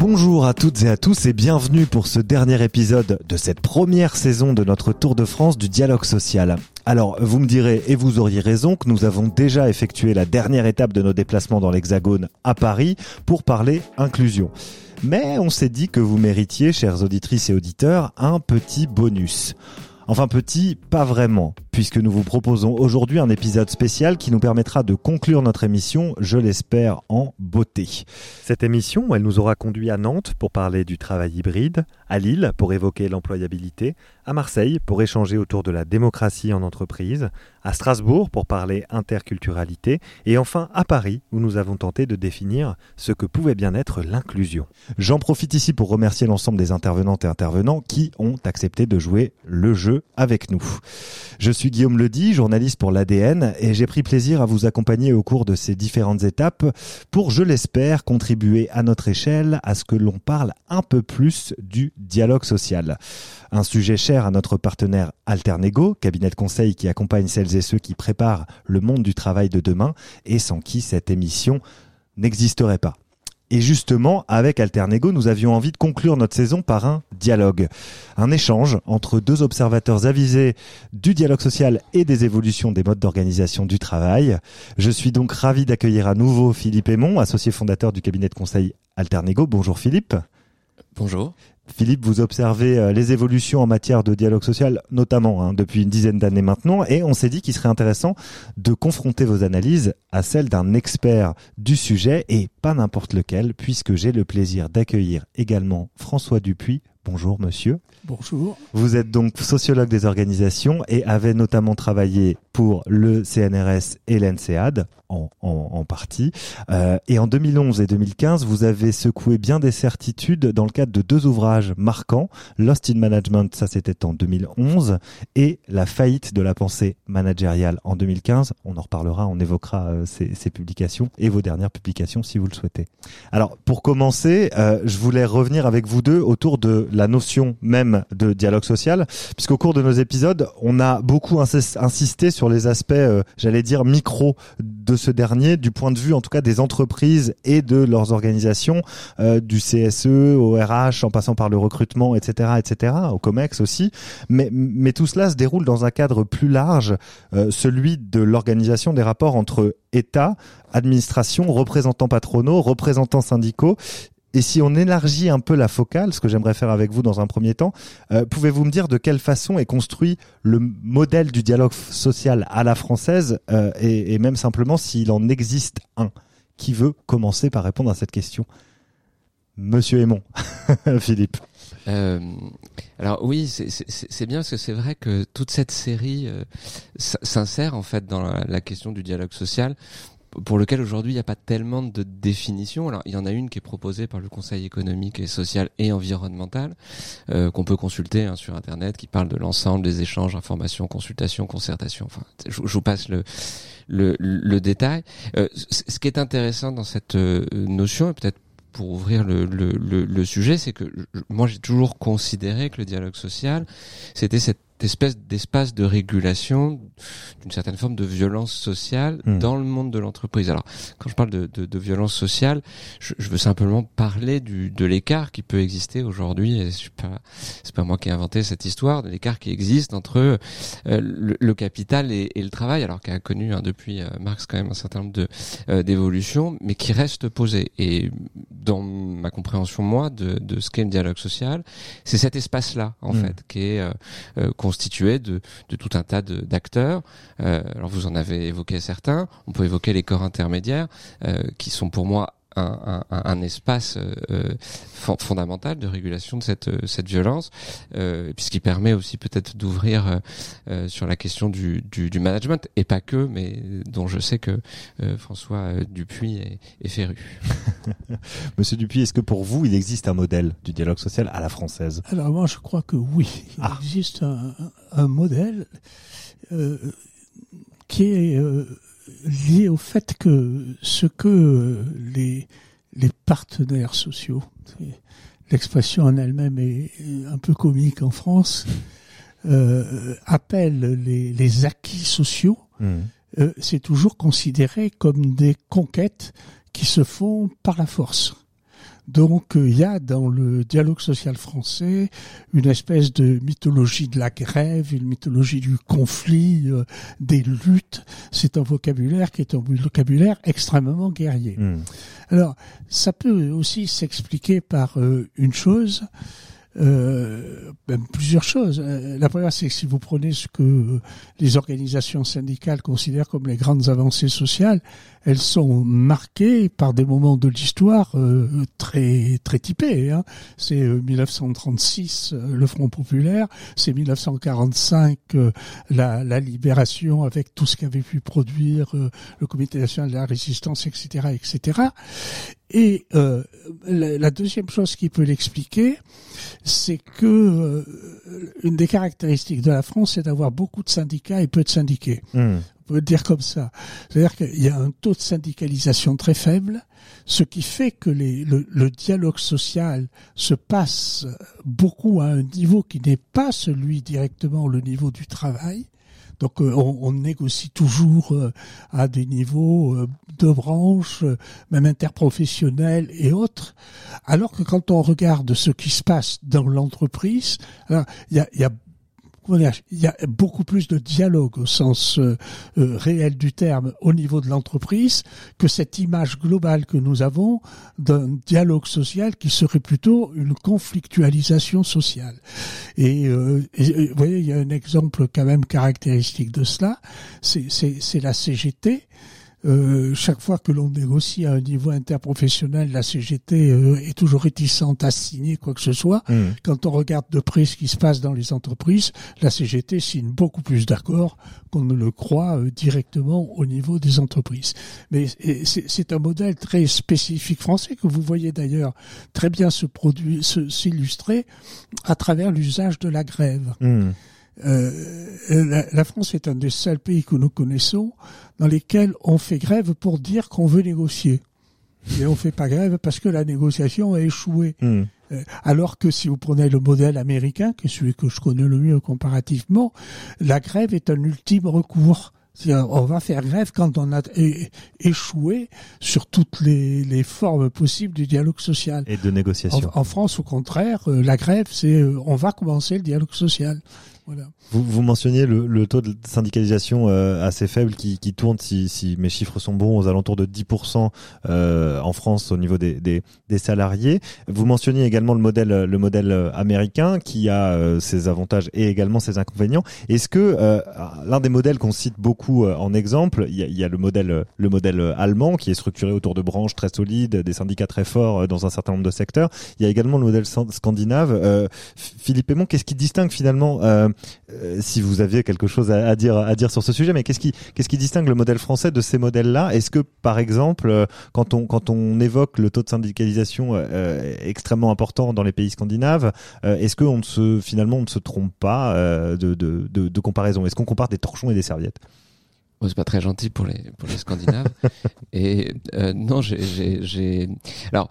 Bonjour à toutes et à tous et bienvenue pour ce dernier épisode de cette première saison de notre Tour de France du dialogue social. Alors, vous me direz, et vous auriez raison, que nous avons déjà effectué la dernière étape de nos déplacements dans l'Hexagone à Paris pour parler inclusion. Mais on s'est dit que vous méritiez, chères auditrices et auditeurs, un petit bonus. Enfin petit, pas vraiment, puisque nous vous proposons aujourd'hui un épisode spécial qui nous permettra de conclure notre émission, je l'espère, en beauté. Cette émission, elle nous aura conduit à Nantes pour parler du travail hybride, à Lille pour évoquer l'employabilité, à Marseille pour échanger autour de la démocratie en entreprise, à Strasbourg pour parler interculturalité, et enfin à Paris où nous avons tenté de définir ce que pouvait bien être l'inclusion. J'en profite ici pour remercier l'ensemble des intervenantes et intervenants qui ont accepté de jouer le jeu avec nous. Je suis Guillaume Ledy, journaliste pour l'ADN, et j'ai pris plaisir à vous accompagner au cours de ces différentes étapes pour, je l'espère, contribuer à notre échelle à ce que l'on parle un peu plus du dialogue social. Un sujet cher à notre partenaire Alternego, cabinet de conseil qui accompagne celles et ceux qui préparent le monde du travail de demain et sans qui cette émission n'existerait pas. Et justement, avec Alternego, nous avions envie de conclure notre saison par un dialogue. Un échange entre deux observateurs avisés du dialogue social et des évolutions des modes d'organisation du travail. Je suis donc ravi d'accueillir à nouveau Philippe Aymon, associé fondateur du cabinet de conseil Alternego. Bonjour Philippe. Bonjour. Philippe, vous observez les évolutions en matière de dialogue social, notamment depuis une dizaine d'années maintenant, et on s'est dit qu'il serait intéressant de confronter vos analyses à celles d'un expert du sujet, et pas n'importe lequel, puisque j'ai le plaisir d'accueillir également François Dupuis. Bonjour monsieur. Bonjour. Vous êtes donc sociologue des organisations et avez notamment travaillé pour le CNRS et l'ENSEAD en partie. Et en 2011 et 2015, vous avez secoué bien des certitudes dans le cadre de deux ouvrages marquants. Lost in Management, ça c'était en 2011, et La faillite de la pensée managériale en 2015. On en reparlera, on évoquera ces publications et vos dernières publications si vous le souhaitez. Alors pour commencer, je voulais revenir avec vous deux autour de la notion même de dialogue social, puisqu'au cours de nos épisodes, on a beaucoup insisté sur les aspects, j'allais dire, micro de ce dernier, du point de vue en tout cas des entreprises et de leurs organisations, du CSE au RH, en passant par le recrutement, etc., au COMEX aussi. Mais tout cela se déroule dans un cadre plus large, celui de l'organisation des rapports entre État, administration, représentants patronaux, représentants syndicaux. Et si on élargit un peu la focale, ce que j'aimerais faire avec vous dans un premier temps, pouvez-vous me dire de quelle façon est construit le modèle du dialogue social à la française et même simplement s'il en existe un? Qui veut commencer par répondre à cette question? Monsieur Aymon, Philippe. Alors oui, c'est bien parce que c'est vrai que toute cette série s'insère en fait dans la question du dialogue social, pour lequel aujourd'hui il n'y a pas tellement de définition. Alors il y en a une qui est proposée par le Conseil économique et social et environnemental, qu'on peut consulter sur Internet, qui parle de l'ensemble des échanges, informations, consultations, concertations. Enfin, je vous passe le détail. Ce qui est intéressant dans cette notion, et peut-être pour ouvrir le sujet, c'est que moi j'ai toujours considéré que le dialogue social, c'était cette espèce d'espace de régulation d'une certaine forme de violence sociale dans le monde de l'entreprise. Alors, quand je parle de violence sociale, je veux simplement parler de l'écart qui peut exister aujourd'hui, et c'est pas moi qui ai inventé cette histoire, de l'écart qui existe entre le capital et le travail, alors qui a connu depuis Marx quand même un certain nombre d'évolutions, mais qui reste posé. Et dans ma compréhension, moi, de ce qu'est le dialogue social, c'est cet espace-là, en fait, qui est constitué de tout un tas d'acteurs. Alors vous en avez évoqué certains. On peut évoquer les corps intermédiaires, qui sont pour moi un espace fondamental de régulation de cette violence, puisqu'il permet aussi peut-être d'ouvrir sur la question du management, et pas que, mais dont je sais que François Dupuis est féru. Monsieur Dupuis, est-ce que pour vous il existe un modèle du dialogue social à la française? Alors moi je crois que oui, il existe un modèle qui est lié au fait que ce que les partenaires sociaux, l'expression en elle-même est un peu comique en France, appellent les acquis sociaux, c'est toujours considéré comme des conquêtes qui se font par la force. Donc il y a dans le dialogue social français une espèce de mythologie de la grève, une mythologie du conflit, des luttes. C'est un vocabulaire qui est un vocabulaire extrêmement guerrier. Alors ça peut aussi s'expliquer par une chose, même plusieurs choses. La première, c'est que si vous prenez ce que les organisations syndicales considèrent comme les grandes avancées sociales, elles sont marquées par des moments de l'histoire très très typés. C'est 1936, le Front populaire, c'est 1945, la libération avec tout ce qu'avait pu produire le Comité national de la résistance, etc., etc. Et la deuxième chose qui peut l'expliquer, c'est que une des caractéristiques de la France, c'est d'avoir beaucoup de syndicats et peu de syndiqués. On peut le dire comme ça. C'est-à-dire qu'il y a un taux de syndicalisation très faible, ce qui fait que le dialogue social se passe beaucoup à un niveau qui n'est pas celui directement le niveau du travail. Donc on négocie toujours à des niveaux de branches, même interprofessionnels et autres, alors que quand on regarde ce qui se passe dans l'entreprise, alors il y a beaucoup plus de dialogue au sens réel du terme au niveau de l'entreprise que cette image globale que nous avons d'un dialogue social qui serait plutôt une conflictualisation sociale. Et vous voyez, il y a un exemple quand même caractéristique de cela, c'est la CGT. Chaque fois que l'on négocie à un niveau interprofessionnel, la CGT est toujours réticente à signer quoi que ce soit. Quand on regarde de près ce qui se passe dans les entreprises, la CGT signe beaucoup plus d'accords qu'on ne le croit directement au niveau des entreprises. Mais c'est un modèle très spécifique français que vous voyez d'ailleurs très bien s'illustrer à travers l'usage de la grève. La France est un des seuls pays que nous connaissons dans lesquels on fait grève pour dire qu'on veut négocier. Et on fait pas grève parce que la négociation a échoué. Alors que si vous prenez le modèle américain, qui est celui que je connais le mieux comparativement, la grève est un ultime recours. C'est-à-dire, on va faire grève quand on a échoué sur toutes les formes possibles du dialogue social. Et de négociation. En France, au contraire, la grève, c'est on va commencer le dialogue social. Voilà. Vous mentionniez le taux de syndicalisation assez faible qui tourne, si mes chiffres sont bons, aux alentours de 10% en France au niveau des salariés. Vous mentionniez également le modèle américain qui a ses avantages et également ses inconvénients. Est-ce que l'un des modèles qu'on cite beaucoup en exemple, il y a le modèle allemand qui est structuré autour de branches très solides, des syndicats très forts dans un certain nombre de secteurs. Il y a également le modèle scandinave. Philippe Aymon, qu'est-ce qui distingue finalement si vous aviez quelque chose à dire sur ce sujet, mais qu'est-ce qui distingue le modèle français de ces modèles-là? Est-ce que, par exemple, quand on évoque le taux de syndicalisation extrêmement important dans les pays scandinaves, est-ce qu'on ne se trompe pas de comparaison? Est-ce qu'on compare des torchons et des serviettes? Oh, c'est pas très gentil pour les Scandinaves. Et non, alors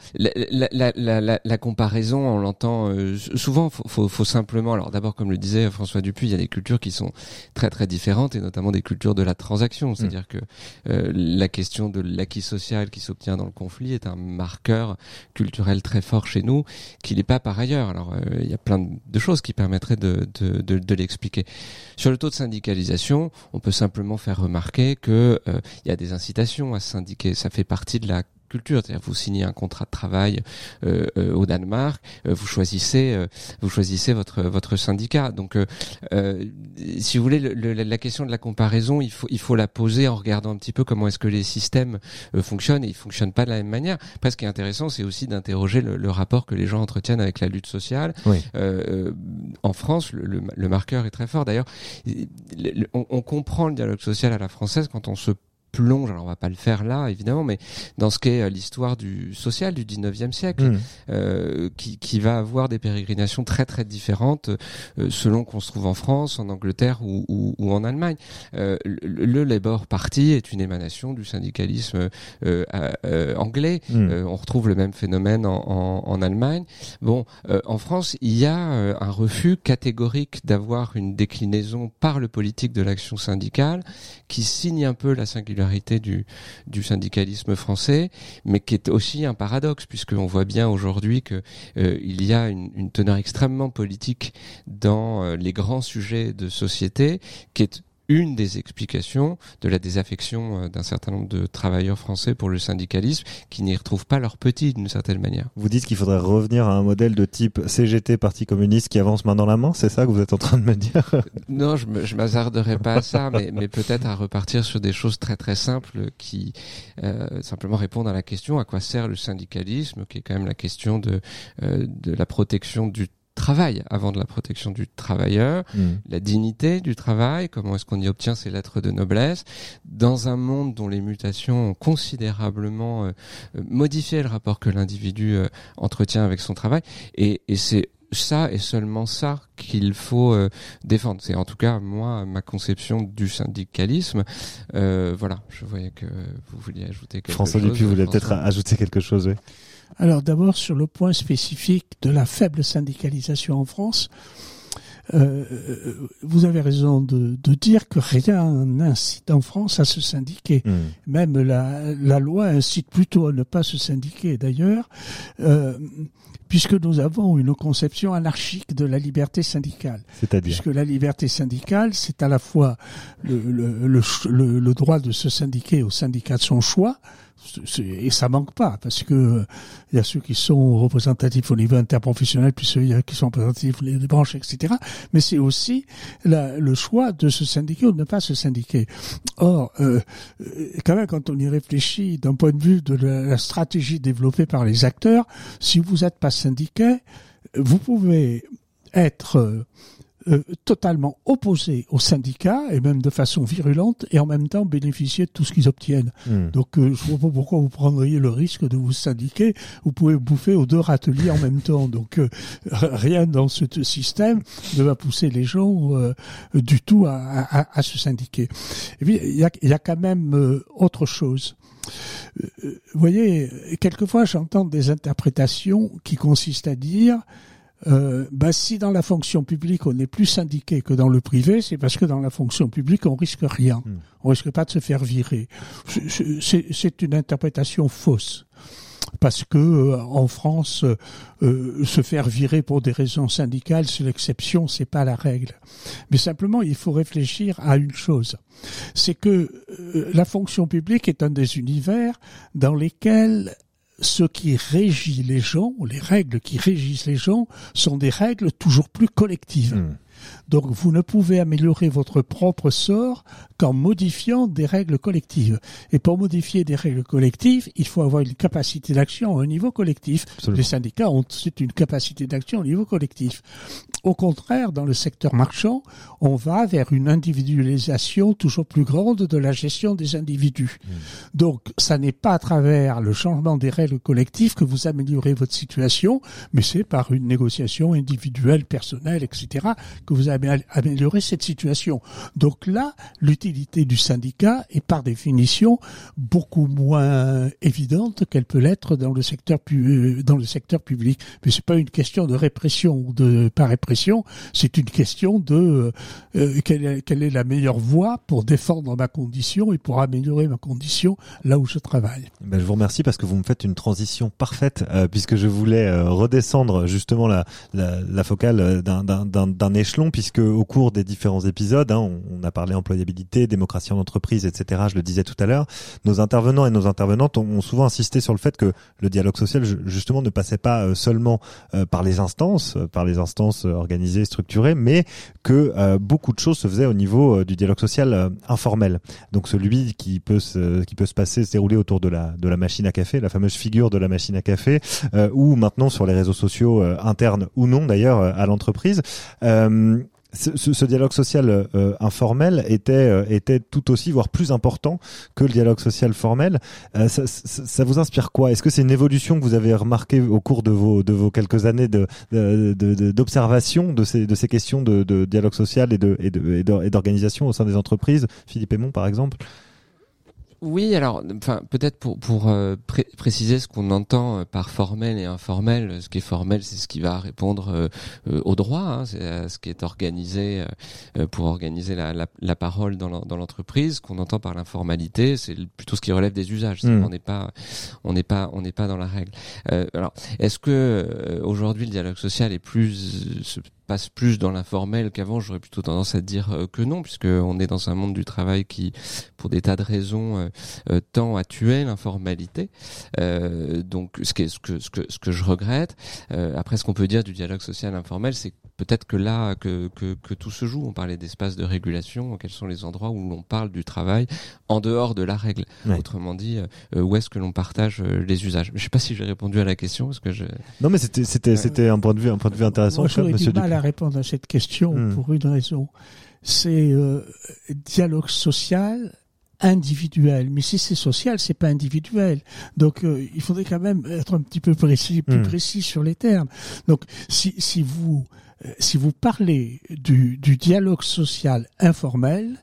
la comparaison, on l'entend souvent. Faut simplement. Alors d'abord, comme le disait François Dupuis, il y a des cultures qui sont très très différentes, et notamment des cultures de la transaction. C'est-à-dire que la question de l'acquis social qui s'obtient dans le conflit est un marqueur culturel très fort chez nous, qui n'est pas par ailleurs. Alors il y a plein de choses qui permettraient de l'expliquer. Sur le taux de syndicalisation, on peut simplement faire remarquer que il y a des incitations à syndiquer. Ça fait partie de la culture. C'est-à-dire, vous signez un contrat de travail au Danemark, vous choisissez votre syndicat. Donc, si vous voulez, la question de la comparaison, il faut la poser en regardant un petit peu comment est-ce que les systèmes fonctionnent, et ils fonctionnent pas de la même manière. Après, ce qui est intéressant, c'est aussi d'interroger le rapport que les gens entretiennent avec la lutte sociale. Oui. En France, le marqueur est très fort. D'ailleurs, on comprend le dialogue social à la française quand on se plonge, alors on va pas le faire là évidemment, mais dans ce qu'est l'histoire du social du 19e siècle, qui va avoir des pérégrinations très très différentes selon qu'on se trouve en France, en Angleterre ou en Allemagne. Le Labour Party est une émanation du syndicalisme anglais. On retrouve le même phénomène en Allemagne. Bon, en France, il y a un refus catégorique d'avoir une déclinaison par le politique de l'action syndicale qui signe un peu la singularité particularité du syndicalisme français, mais qui est aussi un paradoxe, puisqu'on voit bien aujourd'hui que il y a une teneur extrêmement politique dans les grands sujets de société, qui est une des explications de la désaffection d'un certain nombre de travailleurs français pour le syndicalisme, qui n'y retrouvent pas leur petit d'une certaine manière. Vous dites qu'il faudrait revenir à un modèle de type CGT, Parti communiste, qui avance main dans la main, c'est ça que vous êtes en train de me dire? Non, je m'hasarderai pas à ça, mais peut-être à repartir sur des choses très très simples qui simplement répondent à la question à quoi sert le syndicalisme, qui est quand même la question de la protection du travail avant de la protection du travailleur, la dignité du travail, comment est-ce qu'on y obtient ces lettres de noblesse, dans un monde dont les mutations ont considérablement modifié le rapport que l'individu entretient avec son travail, et c'est ça et seulement ça qu'il faut défendre. C'est en tout cas, moi, ma conception du syndicalisme. Voilà, je voyais que vous vouliez ajouter quelque chose. François Dupuis voulait peut-être ajouter quelque chose, oui. Alors d'abord, sur le point spécifique de la faible syndicalisation en France, vous avez raison de dire que rien n'incite en France à se syndiquer. Même la loi incite plutôt à ne pas se syndiquer d'ailleurs, puisque nous avons une conception anarchique de la liberté syndicale. C'est-à-dire ? Puisque la liberté syndicale, c'est à la fois le droit de se syndiquer au syndicat de son choix, et ça manque pas, parce que il y a ceux qui sont représentatifs au niveau interprofessionnel, puis ceux qui sont représentatifs au niveau des branches, etc. Mais c'est aussi le choix de se syndiquer ou de ne pas se syndiquer. Or, quand même, quand on y réfléchit d'un point de vue de la stratégie développée par les acteurs, si vous n'êtes pas syndiqué, vous pouvez être totalement opposés aux syndicats, et même de façon virulente, et en même temps bénéficier de tout ce qu'ils obtiennent. Donc je ne vois pas pourquoi vous prendriez le risque de vous syndiquer. Vous pouvez bouffer aux deux râteliers en même temps. Donc rien dans ce système ne va pousser les gens du tout à se syndiquer. Et puis il y a quand même autre chose. Vous voyez, quelquefois j'entends des interprétations qui consistent à dire si dans la fonction publique on est plus syndiqué que dans le privé, c'est parce que dans la fonction publique on risque rien. On risque pas de se faire virer. C'est une interprétation fausse. Parce que en France, se faire virer pour des raisons syndicales, c'est l'exception, c'est pas la règle. Mais simplement, il faut réfléchir à une chose. C'est que la fonction publique est un des univers dans lesquels ce qui régit les gens, les règles qui régissent les gens, sont des règles toujours plus collectives. Donc vous ne pouvez améliorer votre propre sort qu'en modifiant des règles collectives. Et pour modifier des règles collectives, il faut avoir une capacité d'action au niveau collectif. Absolument. Les syndicats ont une capacité d'action au niveau collectif. Au contraire, dans le secteur marchand, on va vers une individualisation toujours plus grande de la gestion des individus. Donc ça n'est pas à travers le changement des règles collectives que vous améliorez votre situation, mais c'est par une négociation individuelle, personnelle, etc., que vous améliorez cette situation. Donc là, l'utilité du syndicat est par définition beaucoup moins évidente qu'elle peut l'être dans le secteur public. Mais c'est pas une question de répression ou de pas répression, c'est une question de quelle est la meilleure voie pour défendre ma condition et pour améliorer ma condition là où je travaille. Je vous remercie parce que vous me faites une transition parfaite puisque je voulais redescendre justement la focale d'un échelon, puisque au cours des différents épisodes, on a parlé employabilité, démocratie en entreprise, etc. Je le disais tout à l'heure, nos intervenants et nos intervenantes ont souvent insisté sur le fait que le dialogue social justement ne passait pas seulement par les instances organisées, structurées, mais que beaucoup de choses se faisaient au niveau du dialogue social informel. Donc celui qui peut se dérouler autour de la machine à café, la fameuse figure de la machine à café, ou maintenant sur les réseaux sociaux internes ou non d'ailleurs à l'entreprise. Ce dialogue social informel était tout aussi, voire plus important que le dialogue social formel. Ça vous inspire quoi ? Est-ce que c'est une évolution que vous avez remarquée au cours de vos quelques années d'observation de ces questions de dialogue social et d'organisation au sein des entreprises ? Philippe Aymon, par exemple. Oui, alors, enfin, peut-être pour préciser ce qu'on entend par formel et informel. Ce qui est formel, c'est ce qui va répondre au droit, hein, c'est ce qui est organisé pour organiser la parole dans l'entreprise. Ce qu'on entend par l'informalité, c'est plutôt ce qui relève des usages. On n'est pas dans la règle. Alors, est-ce que aujourd'hui le dialogue social se passe plus dans l'informel qu'avant? J'aurais plutôt tendance à dire que non, puisque on est dans un monde du travail qui, pour des tas de raisons, tend à tuer l'informalité. Donc, ce que je regrette. Après, ce qu'on peut dire du dialogue social informel, c'est peut-être que là que tout se joue. On parlait d'espaces de régulation. Quels sont les endroits où l'on parle du travail en dehors de la règle? Ouais. Autrement dit, où est-ce que l'on partage les usages? Je sais pas si j'ai répondu à la question, parce que non, mais c'était un point de vue intéressant. Moi, j'aurais du mal à répondre à cette question pour une raison. C'est dialogue social individuel, mais si c'est social, c'est pas individuel. Donc il faudrait quand même être un petit peu plus précis sur les termes. Donc si vous parlez du dialogue social informel,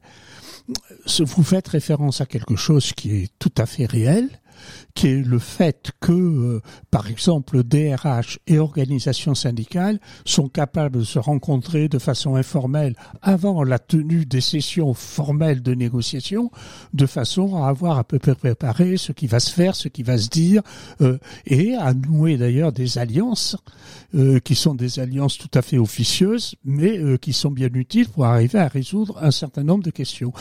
vous faites référence à quelque chose qui est tout à fait réel, qui est le fait que, par exemple, DRH et organisations syndicales sont capables de se rencontrer de façon informelle avant la tenue des sessions formelles de négociation, de façon à avoir à peu près préparé ce qui va se faire, ce qui va se dire, et à nouer d'ailleurs des alliances qui sont des alliances tout à fait officieuses, mais qui sont bien utiles pour arriver à résoudre un certain nombre de questions.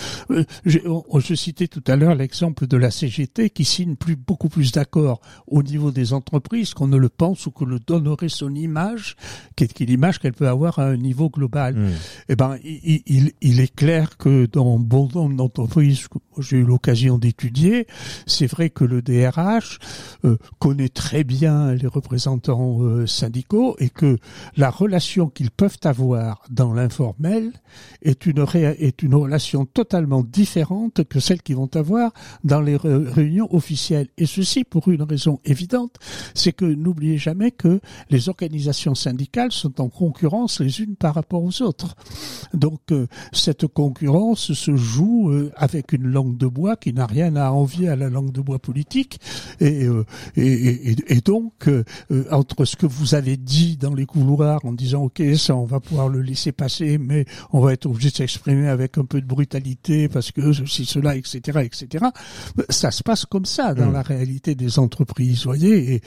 Je citais tout à l'heure l'exemple de la CGT qui signe beaucoup plus d'accords au niveau des entreprises qu'on ne le pense ou que le donnerait son image, qui est l'image qu'elle peut avoir à un niveau global. Eh ben, il est clair que dans bon nombre d'entreprises que j'ai eu l'occasion d'étudier, c'est vrai que le DRH connaît très bien les représentants syndicaux et que la relation qu'ils peuvent avoir dans l'informel est une relation totalement différente que celle qu'ils vont avoir dans les réunions officielles. Et ceci pour une raison évidente, c'est que n'oubliez jamais que les organisations syndicales sont en concurrence les unes par rapport aux autres. Donc cette concurrence se joue avec une langue de bois qui n'a rien à envier à la langue de bois politique. Et donc entre ce que vous avez dit dans les couloirs en disant ok, ça on va pouvoir le laisser passer, mais on va être obligé de s'exprimer avec un peu de brutalité parce que ceci, cela, etc., ça se passe comme ça dans la réalité des entreprises, voyez.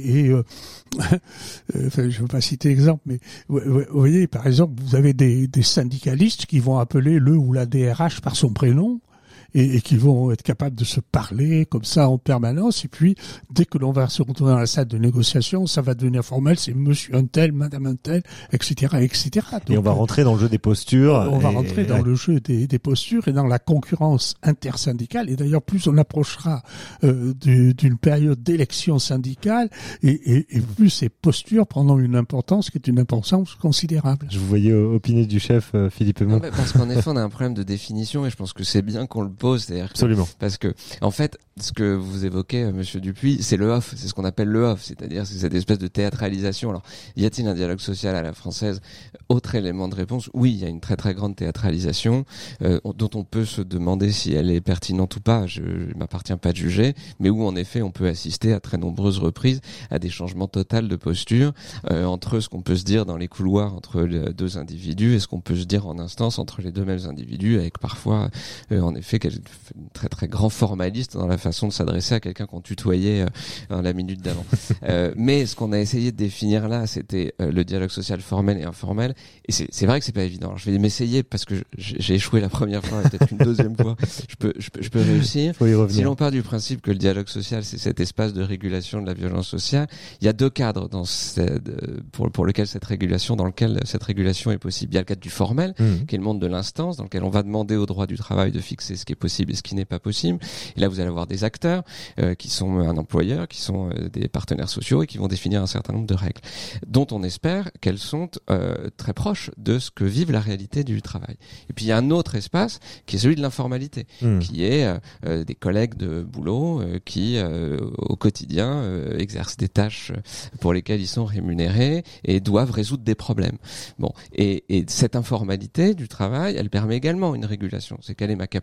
Enfin, je veux pas citer exemple, mais vous voyez, par exemple, vous avez des syndicalistes qui vont appeler le ou la DRH par son prénom. Et qui vont être capables de se parler comme ça en permanence. Et puis, dès que l'on va se retrouver dans la salle de négociation, ça va devenir formel, c'est monsieur un tel, madame un tel, etc., etc. Donc, et on va rentrer dans le jeu des postures. On va rentrer dans le jeu des postures et dans la concurrence intersyndicale. Et d'ailleurs, plus on approchera d'une période d'élection syndicale, et plus ces postures prendront une importance qui est une importance considérable. Je vous voyais opiner du chef, Philippe Aymon. Parce qu'en effet, on a un problème de définition et je pense que c'est bien qu'on le pose, c'est-à-dire absolument. Parce que en fait, ce que vous évoquez, Monsieur Dupuis, c'est le off, c'est ce qu'on appelle le off, c'est-à-dire c'est cette espèce de théâtralisation. Alors, y a-t-il un dialogue social à la française? Autre élément de réponse, oui, il y a une très très grande théâtralisation dont on peut se demander si elle est pertinente ou pas. Je m'appartient pas de juger, mais où en effet on peut assister à très nombreuses reprises à des changements totaux de posture entre ce qu'on peut se dire dans les couloirs entre les deux individus et ce qu'on peut se dire en instance entre les deux mêmes individus, avec parfois en effet très très grand formaliste dans la façon de s'adresser à quelqu'un qu'on tutoyait la minute d'avant. Mais ce qu'on a essayé de définir là, c'était le dialogue social formel et informel. Et c'est vrai que c'est pas évident. Alors, je vais m'essayer parce que j'ai échoué la première fois, et peut-être une deuxième fois. Je peux réussir. Faut y revenir. Si l'on part du principe que le dialogue social, c'est cet espace de régulation de la violence sociale, il y a deux cadres pour lequel cette régulation est possible. Il y a le cadre du formel, qui est le monde de l'instance, dans lequel on va demander au droit du travail de fixer ce qui est possible et ce qui n'est pas possible. Et là, vous allez avoir des acteurs qui sont un employeur, qui sont des partenaires sociaux et qui vont définir un certain nombre de règles, dont on espère qu'elles sont très proches de ce que vive la réalité du travail. Et puis il y a un autre espace qui est celui de l'informalité, qui est des collègues de boulot qui au quotidien exercent des tâches pour lesquelles ils sont rémunérés et doivent résoudre des problèmes. Bon, et cette informalité du travail, elle permet également une régulation. C'est quelle est ma capacité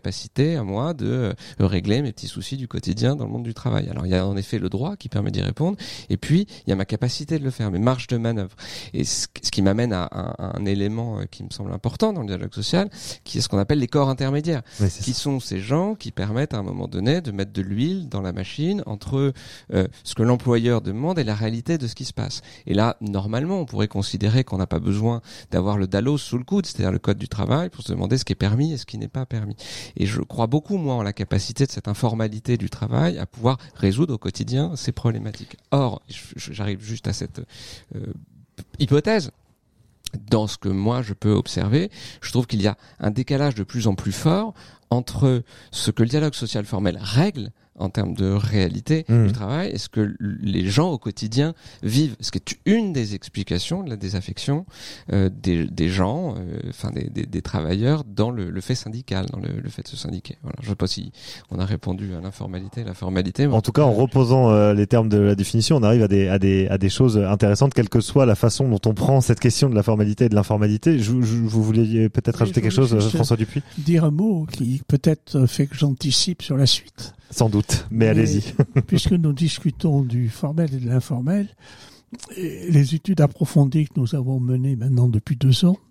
possibilité à moi de régler mes petits soucis du quotidien dans le monde du travail. Alors il y a en effet le droit qui permet d'y répondre, et puis il y a ma capacité de le faire, mes marges de manœuvre. Et ce qui m'amène à un élément qui me semble important dans le dialogue social, qui est ce qu'on appelle les corps intermédiaires, qui sont ces gens qui permettent à un moment donné de mettre de l'huile dans la machine entre ce que l'employeur demande et la réalité de ce qui se passe. Et là, normalement, on pourrait considérer qu'on n'a pas besoin d'avoir le DALOS sous le coude, c'est-à-dire le code du travail, pour se demander ce qui est permis et ce qui n'est pas permis. Et je crois beaucoup, moi, en la capacité de cette informalité du travail à pouvoir résoudre au quotidien ces problématiques. Or, j'arrive juste à cette hypothèse. Dans ce que moi je peux observer, je trouve qu'il y a un décalage de plus en plus fort entre ce que le dialogue social formel règle en termes de réalité du travail et ce que les gens au quotidien vivent. Ce qui est une des explications de la désaffection des gens, des travailleurs dans le fait syndical, dans le fait de se syndiquer. Voilà. Je ne sais pas si on a répondu à l'informalité, la formalité. En tout cas, en reposant les termes de la définition, on arrive à des choses intéressantes, quelle que soit la façon dont on prend cette question de la formalité et de l'informalité. Vous vouliez peut-être rajouter quelque chose, François Dupuis ? Dire un mot qui peut-être fait que j'anticipe sur la suite. Sans doute, mais allez-y. Puisque nous discutons du formel et de l'informel, les études approfondies que nous avons menées maintenant depuis 2 ans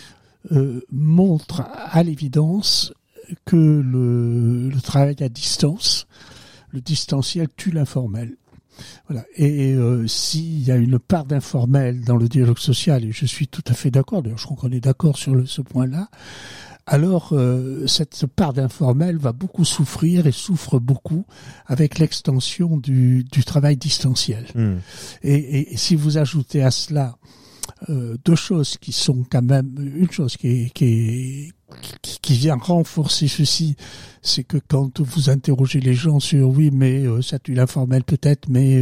montrent à l'évidence que le travail à distance, le distanciel tue l'informel. Voilà. Et s'il y a une part d'informel dans le dialogue social, et je suis tout à fait d'accord, d'ailleurs je crois qu'on est d'accord sur ce point-là, alors cette part d'informel va beaucoup souffrir et souffre beaucoup avec l'extension du travail distanciel. Et si vous ajoutez à cela 2 choses qui sont quand même, une chose qui vient renforcer ceci, c'est que quand vous interrogez les gens sur oui mais ça tue l'informel peut-être, mais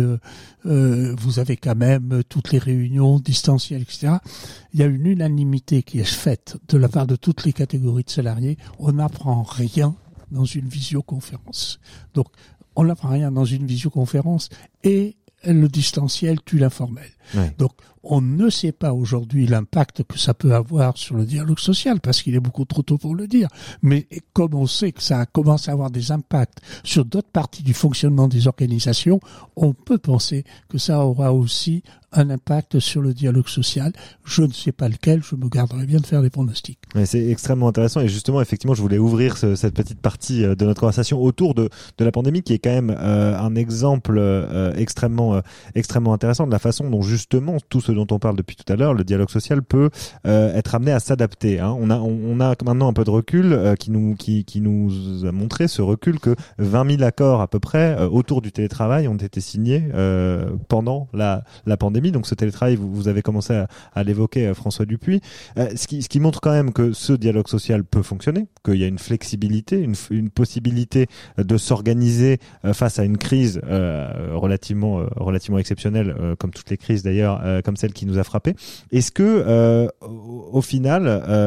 vous avez quand même toutes les réunions distancielles, etc. Il y a une unanimité qui est faite de la part de toutes les catégories de salariés. On n'apprend rien dans une visioconférence. Donc on n'apprend rien dans une visioconférence et le distanciel tue l'informel. Ouais. Donc, on ne sait pas aujourd'hui l'impact que ça peut avoir sur le dialogue social, parce qu'il est beaucoup trop tôt pour le dire. Mais comme on sait que ça commence à avoir des impacts sur d'autres parties du fonctionnement des organisations, on peut penser que ça aura aussi un impact sur le dialogue social. Je ne sais pas lequel, je me garderai bien de faire des pronostics. Ouais, c'est extrêmement intéressant et justement, effectivement, je voulais ouvrir cette petite partie de notre conversation autour de la pandémie, qui est quand même un exemple extrêmement intéressant de la façon dont justement tout ce dont on parle depuis tout à l'heure, le dialogue social peut être amené à s'adapter. Hein. On a maintenant un peu de recul qui nous a montré ce recul que 20 000 accords à peu près autour du télétravail ont été signés pendant la pandémie. Donc ce télétravail, vous avez commencé à l'évoquer, François Dupuis, ce qui montre quand même que ce dialogue social peut fonctionner, qu'il y a une flexibilité, une possibilité de s'organiser face à une crise relativement exceptionnelle, comme toutes les crises d'ailleurs, comme celle qui nous a frappé. Est-ce que au final,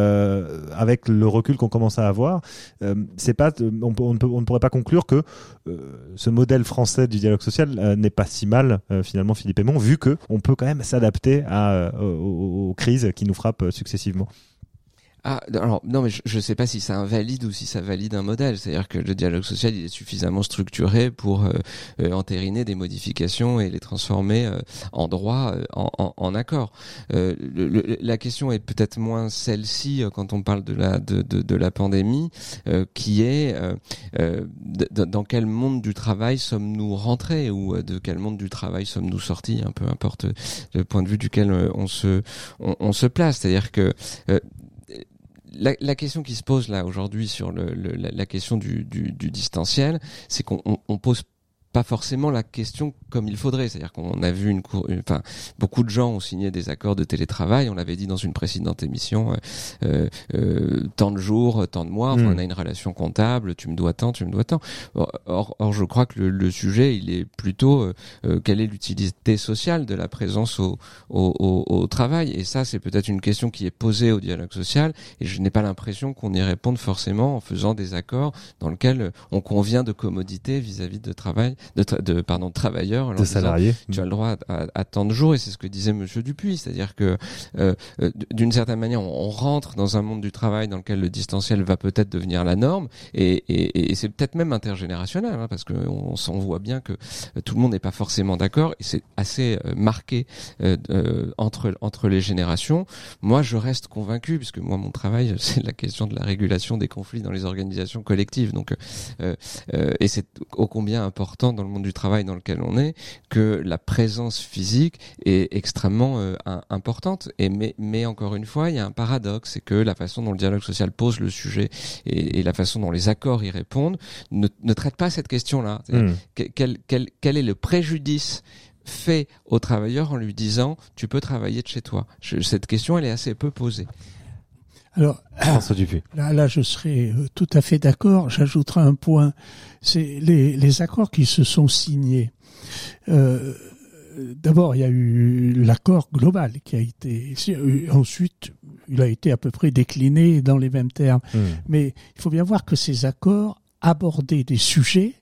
avec le recul qu'on commence à avoir, c'est pas, on ne pourrait pas conclure que ce modèle français du dialogue social n'est pas si mal finalement, Philippe Aymon, vu que on peut quand même s'adapter aux crises qui nous frappent successivement. Ah, alors, non, mais je sais pas si ça invalide ou si ça valide un modèle. C'est-à-dire que le dialogue social, il est suffisamment structuré pour entériner des modifications et les transformer en droit, en accord. La question est peut-être moins celle-ci quand on parle de la pandémie, qui est dans quel monde du travail sommes-nous rentrés, ou de quel monde du travail sommes-nous sortis, un peu importe le point de vue duquel on se place. C'est-à-dire que la question qui se pose là aujourd'hui sur la question du distanciel, c'est qu'on pose pas forcément la question comme il faudrait. C'est-à-dire qu'on a vu beaucoup de gens ont signé des accords de télétravail. On l'avait dit dans une précédente émission, tant de jours, tant de mois. Enfin, on a une relation comptable. Tu me dois tant. Or, je crois que le sujet, il est plutôt quelle est l'utilité sociale de la présence au travail. Et ça, c'est peut-être une question qui est posée au dialogue social. Et je n'ai pas l'impression qu'on y réponde forcément en faisant des accords dans lesquels on convient de commodité vis-à-vis de travail de travailleurs, de salariés. Tu as le droit à tant de jours, et c'est ce que disait Monsieur Dupuis, c'est-à-dire que d'une certaine manière, on rentre dans un monde du travail dans lequel le distanciel va peut-être devenir la norme, et c'est peut-être même intergénérationnel, hein, parce que on voit bien que tout le monde n'est pas forcément d'accord, et c'est assez marqué entre les générations. Moi, je reste convaincu, puisque moi, mon travail, c'est la question de la régulation des conflits dans les organisations collectives. Donc, et c'est ô combien important dans le monde du travail dans lequel on est que la présence physique est extrêmement importante. Mais encore une fois, il y a un paradoxe, c'est que la façon dont le dialogue social pose le sujet et la façon dont les accords y répondent ne traite pas cette question-là. Quel est le préjudice fait aux travailleurs en lui disant tu peux travailler de chez toi? Cette question, elle est assez peu posée. Alors, là, je serais tout à fait d'accord. J'ajouterai un point. C'est les accords qui se sont signés. D'abord, il y a eu l'accord global qui a été. Ensuite, il a été à peu près décliné dans les mêmes termes. Mais il faut bien voir que ces accords abordaient des sujets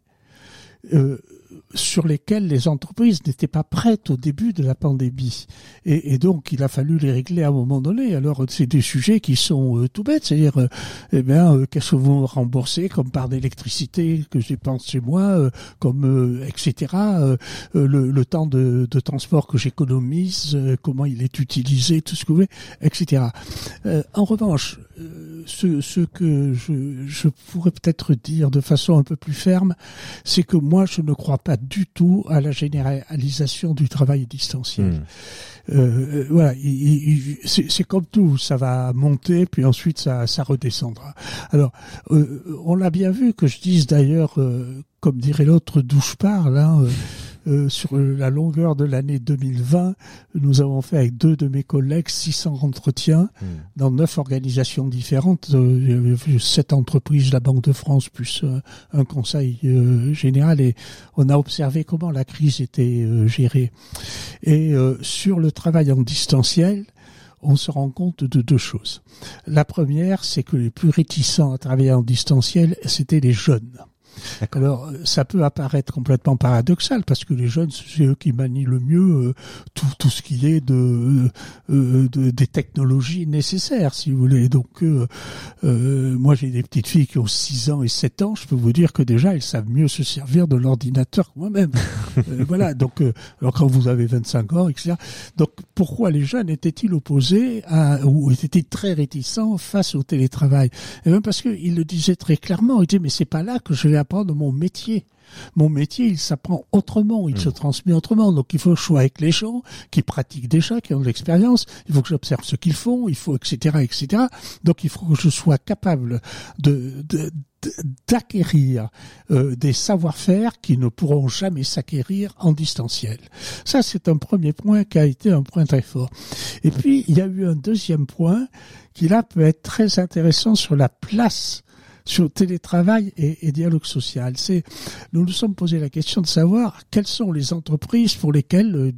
sur lesquels les entreprises n'étaient pas prêtes au début de la pandémie. Et donc, il a fallu les régler à un moment donné. Alors, c'est des sujets qui sont tout bêtes. C'est-à-dire, qu'est-ce que vous remboursez comme part d'électricité que je dépense chez moi, etc. Le temps de transport que j'économise, comment il est utilisé, tout ce que vous voulez, etc. En revanche, ce que je pourrais peut-être dire de façon un peu plus ferme, c'est que moi, je ne crois pas du tout à la généralisation du travail distanciel. Voilà, c'est comme tout, ça va monter, puis ensuite ça redescendra. Alors, on l'a bien vu, que je dise d'ailleurs, comme dirait l'autre, d'où je parle, hein, sur la longueur de l'année 2020, nous avons fait avec 2 de mes collègues 600 entretiens dans 9 organisations différentes, 7 entreprises, la Banque de France, plus un conseil général, et on a observé comment la crise était gérée. Et sur le travail en distanciel, on se rend compte de 2 choses. La première, c'est que les plus réticents à travailler en distanciel, c'était les jeunes. D'accord. Alors, ça peut apparaître complètement paradoxal, parce que les jeunes, c'est eux qui manient le mieux tout ce qui est des technologies nécessaires, si vous voulez. Donc, moi, j'ai des petites filles qui ont 6 ans et 7 ans. Je peux vous dire que déjà, elles savent mieux se servir de l'ordinateur que moi-même. Voilà. Donc, alors quand vous avez 25 ans, etc. Donc, pourquoi les jeunes étaient-ils opposés ou étaient-ils très réticents face au télétravail? Et même parce qu'ils le disaient très clairement. Ils disaient, mais c'est pas là que je vais apprendre mon métier. Mon métier, il s'apprend autrement, il se transmet autrement. Donc, il faut que je sois avec les gens qui pratiquent déjà, qui ont de l'expérience. Il faut que j'observe ce qu'ils font, il faut, etc., etc. Donc, il faut que je sois capable d'acquérir des savoir-faire qui ne pourront jamais s'acquérir en distanciel. Ça, c'est un premier point qui a été un point très fort. Et puis, il y a eu un deuxième point qui, là, peut être très intéressant sur la place sur télétravail et dialogue social. Nous nous sommes posé la question de savoir quelles sont les entreprises pour lesquelles le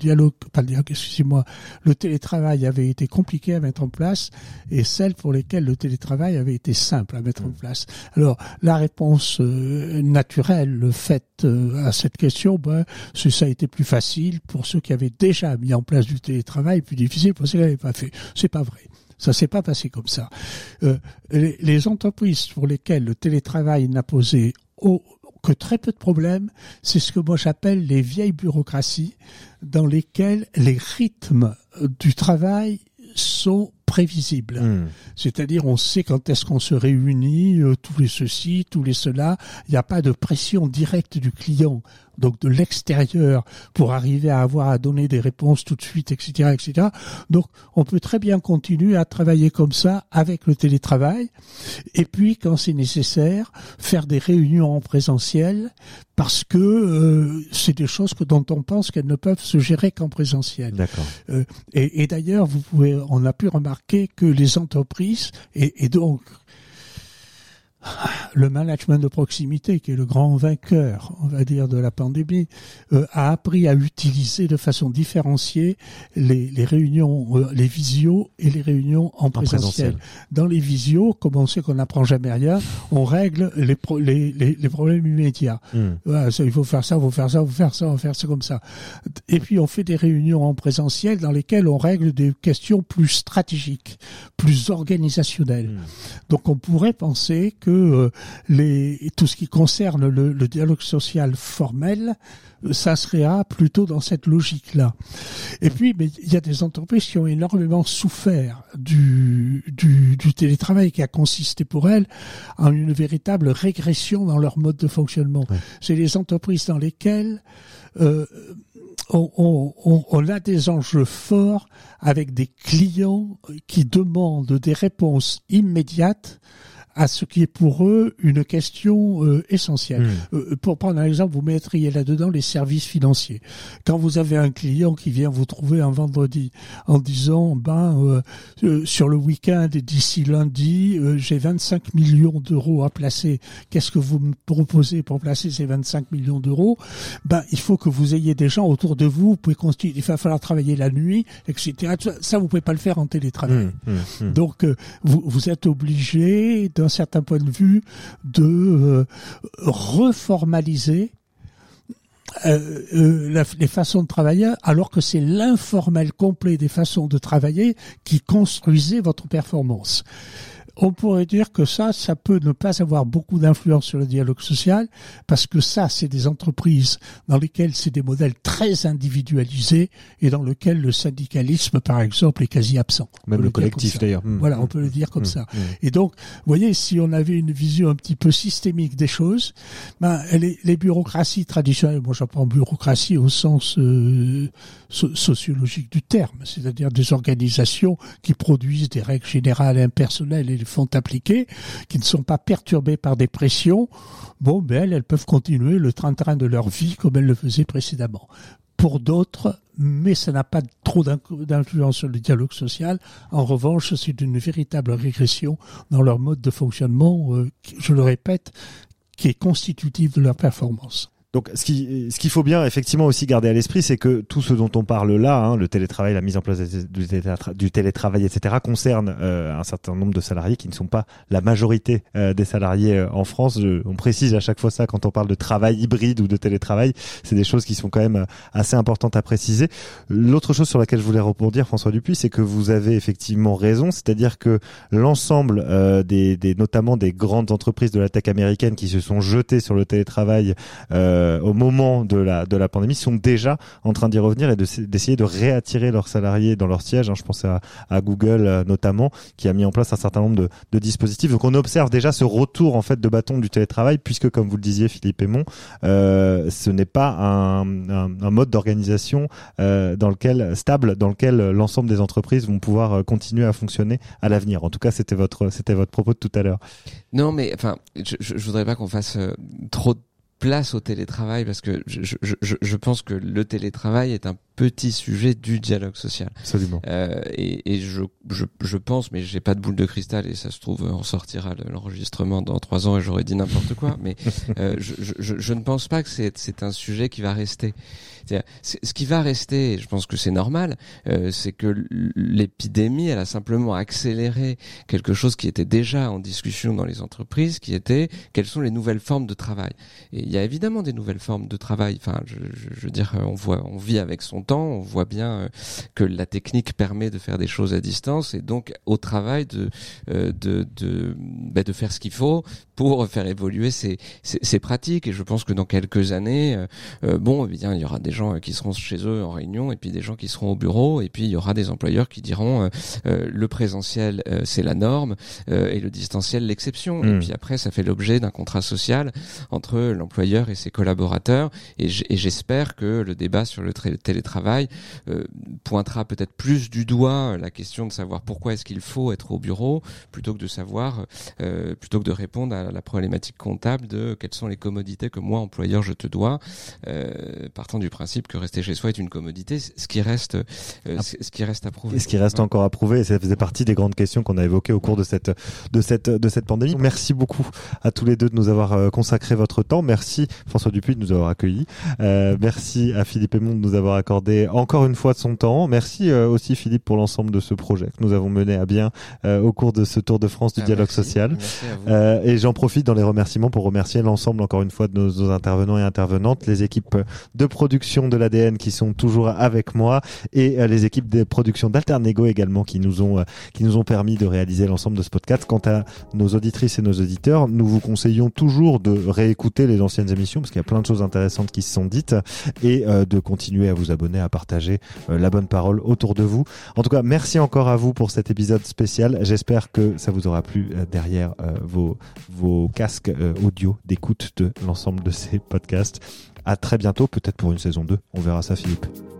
télétravail avait été compliqué à mettre en place et celles pour lesquelles le télétravail avait été simple à mettre en place. Alors, la réponse naturelle faite à cette question, ça a été plus facile pour ceux qui avaient déjà mis en place du télétravail, plus difficile pour ceux qui n'avaient pas fait. C'est pas vrai. Ça s'est pas passé comme ça. Les entreprises pour lesquelles le télétravail n'a posé que très peu de problèmes, c'est ce que moi j'appelle les vieilles bureaucraties, dans lesquelles les rythmes du travail sont prévisibles. C'est-à-dire, on sait quand est-ce qu'on se réunit, tous les ceci, tous les cela. Il n'y a pas de pression directe du client, donc de l'extérieur, pour arriver à donner des réponses tout de suite, etc., etc. Donc, on peut très bien continuer à travailler comme ça avec le télétravail. Et puis, quand c'est nécessaire, faire des réunions en présentiel, parce que c'est des choses dont on pense qu'elles ne peuvent se gérer qu'en présentiel. D'accord. Et d'ailleurs, on a pu remarquer que les entreprises, et donc le management de proximité, qui est le grand vainqueur, on va dire, de la pandémie, a appris à utiliser de façon différenciée les réunions, les visios et les réunions en présentiel. Dans les visios, comme on sait qu'on n'apprend jamais rien, on règle les problèmes immédiats. Voilà, ça, il faut faire ça, il faut faire ça, il faut faire ça, on va faire ça comme ça. Et puis on fait des réunions en présentiel dans lesquelles on règle des questions plus stratégiques, plus organisationnelles. Donc on pourrait penser que tout ce qui concerne le dialogue social formel s'inscrira plutôt dans cette logique-là. Et puis, mais il y a des entreprises qui ont énormément souffert du télétravail, qui a consisté pour elles en une véritable régression dans leur mode de fonctionnement. Ouais. C'est les entreprises dans lesquelles on a des enjeux forts avec des clients qui demandent des réponses immédiates à ce qui est pour eux une question essentielle. Pour prendre un exemple, vous mettriez là-dedans les services financiers. Quand vous avez un client qui vient vous trouver un vendredi en disant sur le week-end et d'ici lundi, j'ai 25 millions d'euros à placer. Qu'est-ce que vous me proposez pour placer ces 25 millions d'euros? Il faut que vous ayez des gens autour de vous. Vous pouvez il va falloir travailler la nuit, etc. Ça, vous pouvez pas le faire en télétravail. Donc, vous êtes obligé d'un certain point de vue, de reformaliser les façons de travailler, alors que c'est l'informel complet des façons de travailler qui construisait votre performance. On pourrait dire que ça peut ne pas avoir beaucoup d'influence sur le dialogue social, parce que ça, c'est des entreprises dans lesquelles c'est des modèles très individualisés et dans lesquels le syndicalisme, par exemple, est quasi absent. Même le collectif, d'ailleurs. Voilà, on peut le dire comme ça. Et donc, vous voyez, si on avait une vision un petit peu systémique des choses, les bureaucraties traditionnelles, moi j'apprends bureaucratie au sens sociologique du terme, c'est-à-dire des organisations qui produisent des règles générales impersonnelles et les font appliquer, qui ne sont pas perturbées par des pressions, elles peuvent continuer le train-train de leur vie comme elles le faisaient précédemment. Pour d'autres, mais ça n'a pas trop d'influence sur le dialogue social. En revanche, c'est une véritable régression dans leur mode de fonctionnement, je le répète, qui est constitutive de leur performance. Donc, ce qu'il faut bien effectivement aussi garder à l'esprit, c'est que tout ce dont on parle là, le télétravail, la mise en place du télétravail, etc., concerne un certain nombre de salariés qui ne sont pas la majorité des salariés en France. On précise à chaque fois ça quand on parle de travail hybride ou de télétravail. C'est des choses qui sont quand même assez importantes à préciser. L'autre chose sur laquelle je voulais rebondir, François Dupuis, c'est que vous avez effectivement raison, c'est-à-dire que l'ensemble notamment des grandes entreprises de la tech américaine qui se sont jetées sur le télétravail au moment de la pandémie sont déjà en train d'y revenir et d'essayer de réattirer leurs salariés dans leur siège. Je pense à Google notamment, qui a mis en place un certain nombre de dispositifs. Donc on observe déjà ce retour en fait de bâton du télétravail, puisque comme vous le disiez Philippe Aymon, ce n'est pas un mode d'organisation stable dans lequel l'ensemble des entreprises vont pouvoir continuer à fonctionner à l'avenir. En tout cas, c'était votre propos de tout à l'heure. Non, mais enfin, je voudrais pas qu'on fasse trop de place au télétravail, parce que je pense que le télétravail est un petit sujet du dialogue social. Absolument. Et je pense, mais j'ai pas de boule de cristal et ça se trouve on sortira l'enregistrement dans 3 ans et j'aurais dit n'importe quoi, mais je ne pense pas que c'est un sujet qui va rester. Ce qui va rester, et je pense que c'est normal, c'est que l'épidémie, elle a simplement accéléré quelque chose qui était déjà en discussion dans les entreprises, qui était quelles sont les nouvelles formes de travail. Et il y a évidemment des nouvelles formes de travail. Enfin, je veux dire, on vit avec son temps, on voit bien que la technique permet de faire des choses à distance et donc au travail de faire ce qu'il faut pour faire évoluer ces pratiques. Et je pense que dans quelques années, il y aura des gens qui seront chez eux en réunion et puis des gens qui seront au bureau et puis il y aura des employeurs qui diront le présentiel c'est la norme et le distanciel l'exception. Et puis après ça fait l'objet d'un contrat social entre l'employeur et ses collaborateurs et j'espère que le débat sur le télétravail travail, pointera peut-être plus du doigt la question de savoir pourquoi est-ce qu'il faut être au bureau, plutôt que de répondre à la problématique comptable de quelles sont les commodités que moi, employeur, je te dois, partant du principe que rester chez soi est une commodité, ce qui reste à prouver. Et ce qui reste encore à prouver, et ça faisait partie des grandes questions qu'on a évoquées au cours de cette pandémie. Merci beaucoup à tous les deux de nous avoir consacré votre temps. Merci François Dupuis de nous avoir accueillis. Merci à Philippe Aymon de nous avoir accordé encore une fois de son temps. Merci aussi Philippe pour l'ensemble de ce projet que nous avons mené à bien au cours de ce Tour de France du dialogue social. Merci à vous. Et j'en profite dans les remerciements pour remercier l'ensemble encore une fois de nos intervenants et intervenantes, les équipes de production de l'ADN qui sont toujours avec moi et les équipes de production d'Alternego également qui nous ont permis de réaliser l'ensemble de ce podcast. Quant à nos auditrices et nos auditeurs, nous vous conseillons toujours de réécouter les anciennes émissions parce qu'il y a plein de choses intéressantes qui se sont dites et de continuer à vous abonner, à partager la bonne parole autour de vous. En tout cas, merci encore à vous pour cet épisode spécial. J'espère que ça vous aura plu derrière vos casques audio d'écoute de l'ensemble de ces podcasts. À très bientôt, peut-être pour une saison 2. On verra ça, Philippe.